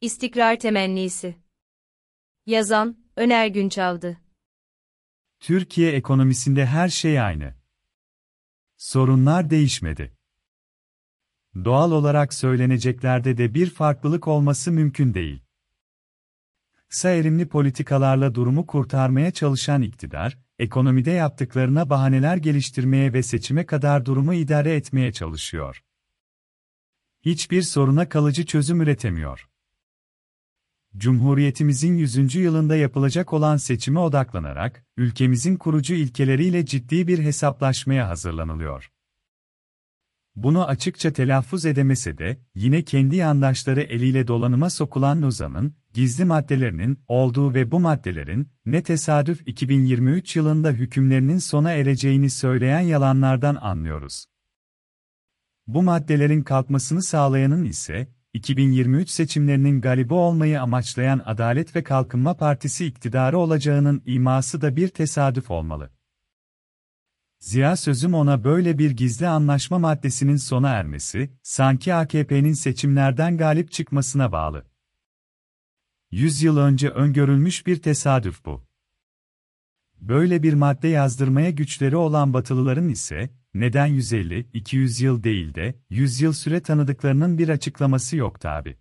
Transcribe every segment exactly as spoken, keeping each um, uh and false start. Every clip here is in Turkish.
İstikrar temennisi. Yazan, Öner Günçavdı. Türkiye ekonomisinde her şey aynı. Sorunlar değişmedi. Doğal olarak söyleneceklerde de bir farklılık olması mümkün değil. Kısa erimli politikalarla durumu kurtarmaya çalışan iktidar, ekonomide yaptıklarına bahaneler geliştirmeye ve seçime kadar durumu idare etmeye çalışıyor. Hiçbir soruna kalıcı çözüm üretemiyor. Cumhuriyetimizin yüzüncü yılında yapılacak olan seçime odaklanarak, ülkemizin kurucu ilkeleriyle ciddi bir hesaplaşmaya hazırlanılıyor. Bunu açıkça telaffuz edemese de, yine kendi yandaşları eliyle dolanıma sokulan Lozan'ın, gizli maddelerinin olduğu ve bu maddelerin, ne tesadüf iki bin yirmi üç yılında hükümlerinin sona ereceğini söyleyen yalanlardan anlıyoruz. Bu maddelerin kalkmasını sağlayanın ise, iki bin yirmi üç seçimlerinin galibi olmayı amaçlayan Adalet ve Kalkınma Partisi iktidarı olacağının iması da bir tesadüf olmalı. Zira sözüm ona böyle bir gizli anlaşma maddesinin sona ermesi, sanki A K P'nin seçimlerden galip çıkmasına bağlı. Yüz yıl önce öngörülmüş bir tesadüf bu. Böyle bir madde yazdırmaya güçleri olan Batılıların ise, neden yüz elli iki yüz yıl değil de, yüz yıl süre tanıdıklarının bir açıklaması yok tabi.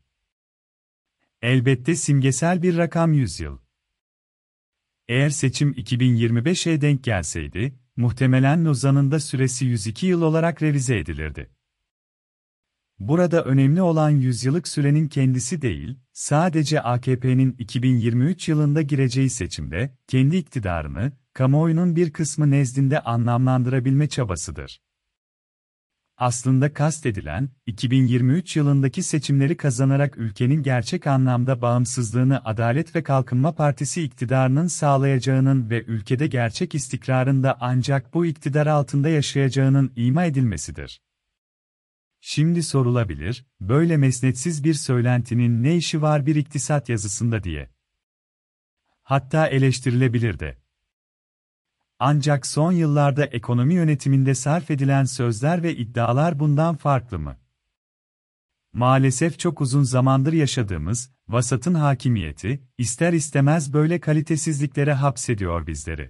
Elbette simgesel bir rakam yüz yıl. Eğer seçim iki bin yirmi beşe denk gelseydi, muhtemelen Lozan'ın da süresi yüz iki yıl olarak revize edilirdi. Burada önemli olan yüzyıllık sürenin kendisi değil, sadece A K P'nin iki bin yirmi üç yılında gireceği seçimde, kendi iktidarını, kamuoyunun bir kısmı nezdinde anlamlandırabilme çabasıdır. Aslında kastedilen, iki bin yirmi üç yılındaki seçimleri kazanarak ülkenin gerçek anlamda bağımsızlığını Adalet ve Kalkınma Partisi iktidarının sağlayacağının ve ülkede gerçek istikrarın da ancak bu iktidar altında yaşayacağının ima edilmesidir. Şimdi sorulabilir, böyle mesnetsiz bir söylentinin ne işi var bir iktisat yazısında diye. Hatta eleştirilebilir de. Ancak son yıllarda ekonomi yönetiminde sarf edilen sözler ve iddialar bundan farklı mı? Maalesef çok uzun zamandır yaşadığımız, vasatın hakimiyeti, ister istemez böyle kalitesizliklere hapsediyor bizleri.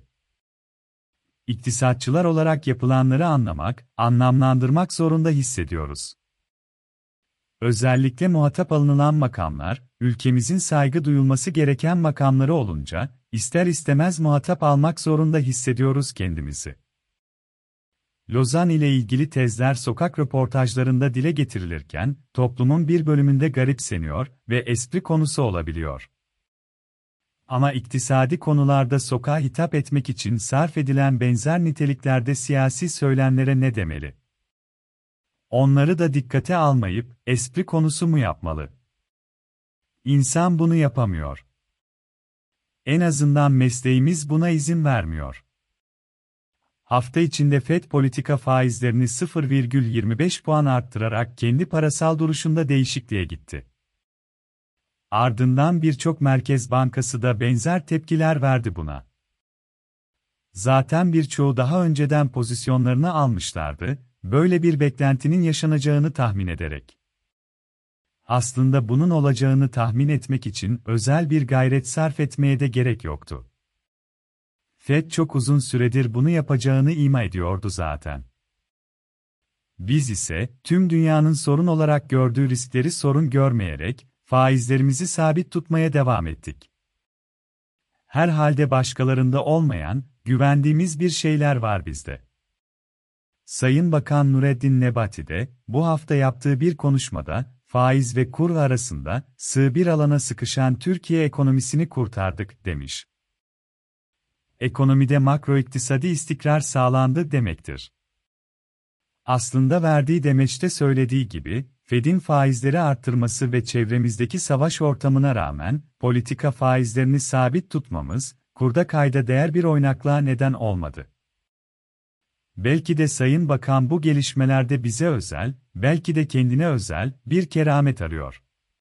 İktisatçılar olarak yapılanları anlamak, anlamlandırmak zorunda hissediyoruz. Özellikle muhatap alınılan makamlar, ülkemizin saygı duyulması gereken makamları olunca, ister istemez muhatap almak zorunda hissediyoruz kendimizi. Lozan ile ilgili tezler sokak röportajlarında dile getirilirken, toplumun bir bölümünde garipseniyor ve espri konusu olabiliyor. Ama iktisadi konularda sokağa hitap etmek için sarf edilen benzer niteliklerde siyasi söylemlere ne demeli? Onları da dikkate almayıp, espri konusu mu yapmalı? İnsan bunu yapamıyor. En azından mesleğimiz buna izin vermiyor. Hafta içinde F E D politika faizlerini sıfır virgül yirmi beş puan arttırarak kendi parasal duruşunda değişikliğe gitti. Ardından birçok merkez bankası da benzer tepkiler verdi buna. Zaten birçoğu daha önceden pozisyonlarını almışlardı, böyle bir beklentinin yaşanacağını tahmin ederek. Aslında bunun olacağını tahmin etmek için özel bir gayret sarf etmeye de gerek yoktu. F E D çok uzun süredir bunu yapacağını ima ediyordu zaten. Biz ise, tüm dünyanın sorun olarak gördüğü riskleri sorun görmeyerek, faizlerimizi sabit tutmaya devam ettik. Herhalde başkalarında olmayan, güvendiğimiz bir şeyler var bizde. Sayın Bakan Nureddin Nebati de, bu hafta yaptığı bir konuşmada, faiz ve kur arasında, sığ bir alana sıkışan Türkiye ekonomisini kurtardık, demiş. Ekonomide makroiktisadi istikrar sağlandı demektir. Aslında verdiği demeçte söylediği gibi, F E D'in faizleri arttırması ve çevremizdeki savaş ortamına rağmen, politika faizlerini sabit tutmamız, kurda kayda değer bir oynaklığa neden olmadı. Belki de Sayın Bakan bu gelişmelerde bize özel, belki de kendine özel, bir keramet arıyor.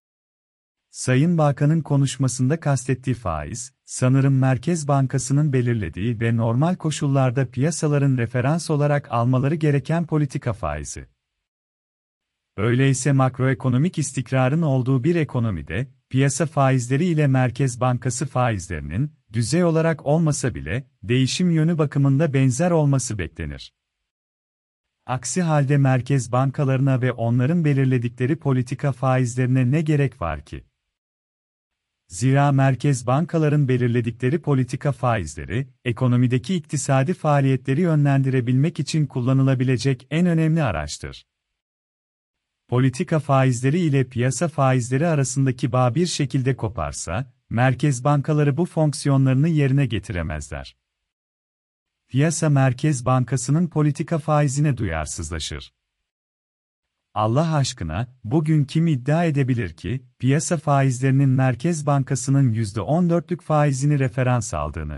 Sayın Bakan'ın konuşmasında kastettiği faiz, sanırım Merkez Bankası'nın belirlediği ve normal koşullarda piyasaların referans olarak almaları gereken politika faizi. Öyleyse makroekonomik istikrarın olduğu bir ekonomide, piyasa faizleri ile Merkez Bankası faizlerinin, düzey olarak olmasa bile, değişim yönü bakımında benzer olması beklenir. Aksi halde merkez bankalarına ve onların belirledikleri politika faizlerine ne gerek var ki? Zira merkez bankaların belirledikleri politika faizleri, ekonomideki iktisadi faaliyetleri yönlendirebilmek için kullanılabilecek en önemli araçtır. Politika faizleri ile piyasa faizleri arasındaki bağ bir şekilde koparsa, merkez bankaları bu fonksiyonlarını yerine getiremezler. Piyasa Merkez Bankası'nın politika faizine duyarsızlaşır. Allah aşkına, bugün kim iddia edebilir ki, piyasa faizlerinin Merkez Bankası'nın yüzde on dörtlük faizini referans aldığını?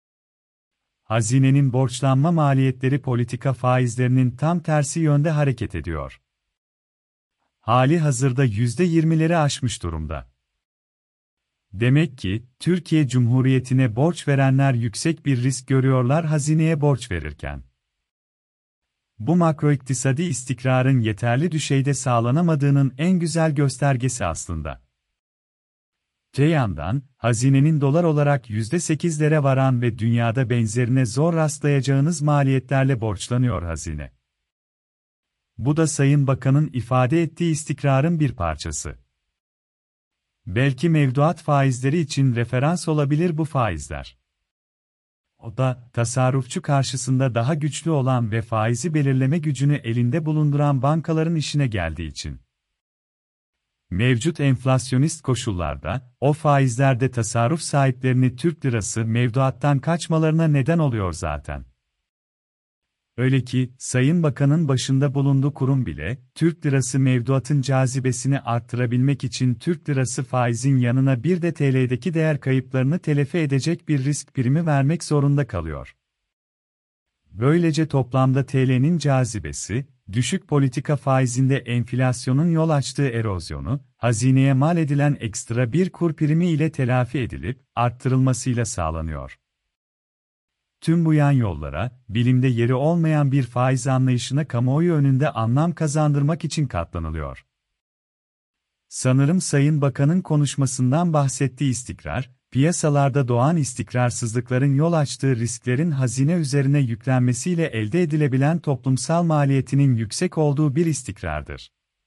Hazinenin borçlanma maliyetleri politika faizlerinin tam tersi yönde hareket ediyor. Hali hazırda yüzde yirmileri aşmış durumda. Demek ki, Türkiye Cumhuriyeti'ne borç verenler yüksek bir risk görüyorlar hazineye borç verirken. Bu makroiktisadi istikrarın yeterli düzeyde sağlanamadığının en güzel göstergesi aslında. Te yandan, hazinenin dolar olarak yüzde sekizlere varan ve dünyada benzerine zor rastlayacağınız maliyetlerle borçlanıyor hazine. Bu da Sayın Bakan'ın ifade ettiği istikrarın bir parçası. Belki mevduat faizleri için referans olabilir bu faizler. O da, tasarrufçu karşısında daha güçlü olan ve faizi belirleme gücünü elinde bulunduran bankaların işine geldiği için. Mevcut enflasyonist koşullarda, o faizler de tasarruf sahiplerini Türk lirası mevduattan kaçmalarına neden oluyor zaten. Öyle ki, Sayın Bakan'ın başında bulunduğu kurum bile, Türk lirası mevduatın cazibesini arttırabilmek için Türk lirası faizin yanına bir de T L'deki değer kayıplarını telafi edecek bir risk primi vermek zorunda kalıyor. Böylece toplamda T L'nin cazibesi, düşük politika faizinde enflasyonun yol açtığı erozyonu, hazineye mal edilen ekstra bir kur primi ile telafi edilip, arttırılmasıyla sağlanıyor. Tüm bu yan yollara, bilimde yeri olmayan bir faiz anlayışına kamuoyu önünde anlam kazandırmak için katlanılıyor. Sanırım Sayın Bakan'ın konuşmasından bahsettiği istikrar, piyasalarda doğan istikrarsızlıkların yol açtığı risklerin hazine üzerine yüklenmesiyle elde edilebilen toplumsal maliyetinin yüksek olduğu bir istikrardır.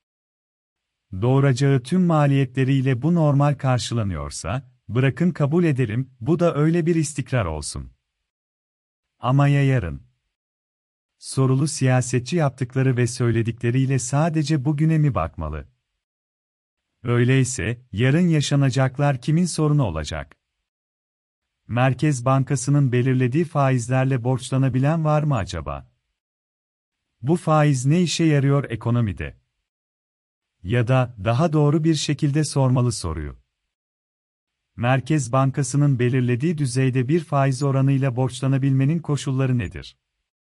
Doğuracağı tüm maliyetleriyle bu normal karşılanıyorsa, bırakın kabul edelim, bu da öyle bir istikrar olsun. Ama ya yarın? Sorulu siyasetçi yaptıkları ve söyledikleriyle sadece bugüne mi bakmalı? Öyleyse, yarın yaşanacaklar kimin sorunu olacak? Merkez Bankası'nın belirlediği faizlerle borçlanabilen var mı acaba? Bu faiz ne işe yarıyor ekonomide? Ya da, daha doğru bir şekilde sormalı soruyu. Merkez Bankası'nın belirlediği düzeyde bir faiz oranıyla borçlanabilmenin koşulları nedir?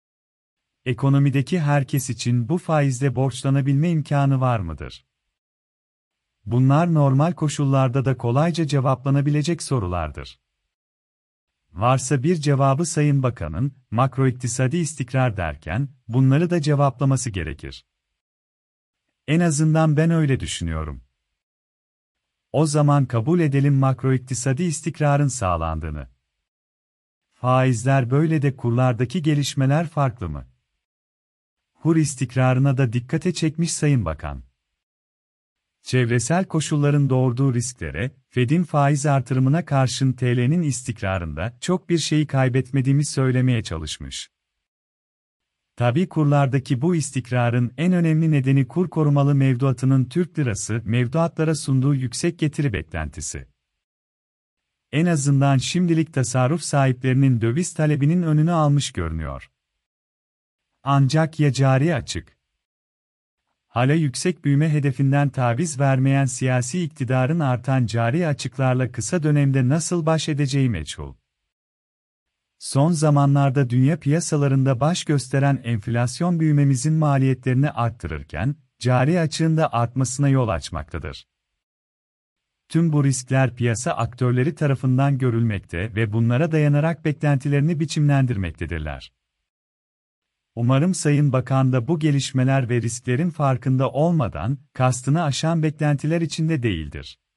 Ekonomideki herkes için bu faizle borçlanabilme imkanı var mıdır? Bunlar normal koşullarda da kolayca cevaplanabilecek sorulardır. Varsa bir cevabı Sayın Bakan'ın, makroiktisadi istikrar derken, bunları da cevaplaması gerekir. En azından ben öyle düşünüyorum. O zaman kabul edelim makroiktisadi istikrarın sağlandığını. Faizler böyle de kurlardaki gelişmeler farklı mı? Kur istikrarına da dikkate çekmiş Sayın Bakan. Çevresel koşulların doğurduğu risklere, Fed'in faiz artırımına karşın T L'nin istikrarında çok bir şeyi kaybetmediğimi söylemeye çalışmış. Tabii kurlardaki bu istikrarın en önemli nedeni kur korumalı mevduatının Türk lirası mevduatlara sunduğu yüksek getiri beklentisi. En azından şimdilik tasarruf sahiplerinin döviz talebinin önünü almış görünüyor. Ancak ya cari açık? Hala yüksek büyüme hedefinden taviz vermeyen siyasi iktidarın artan cari açıklarla kısa dönemde nasıl baş edeceği meçhul. Son zamanlarda dünya piyasalarında baş gösteren enflasyon büyümemizin maliyetlerini arttırırken, cari açığın da artmasına yol açmaktadır. Tüm bu riskler piyasa aktörleri tarafından görülmekte ve bunlara dayanarak beklentilerini biçimlendirmektedirler. Umarım Sayın Bakan da bu gelişmeler ve risklerin farkında olmadan, kastını aşan beklentiler içinde değildir.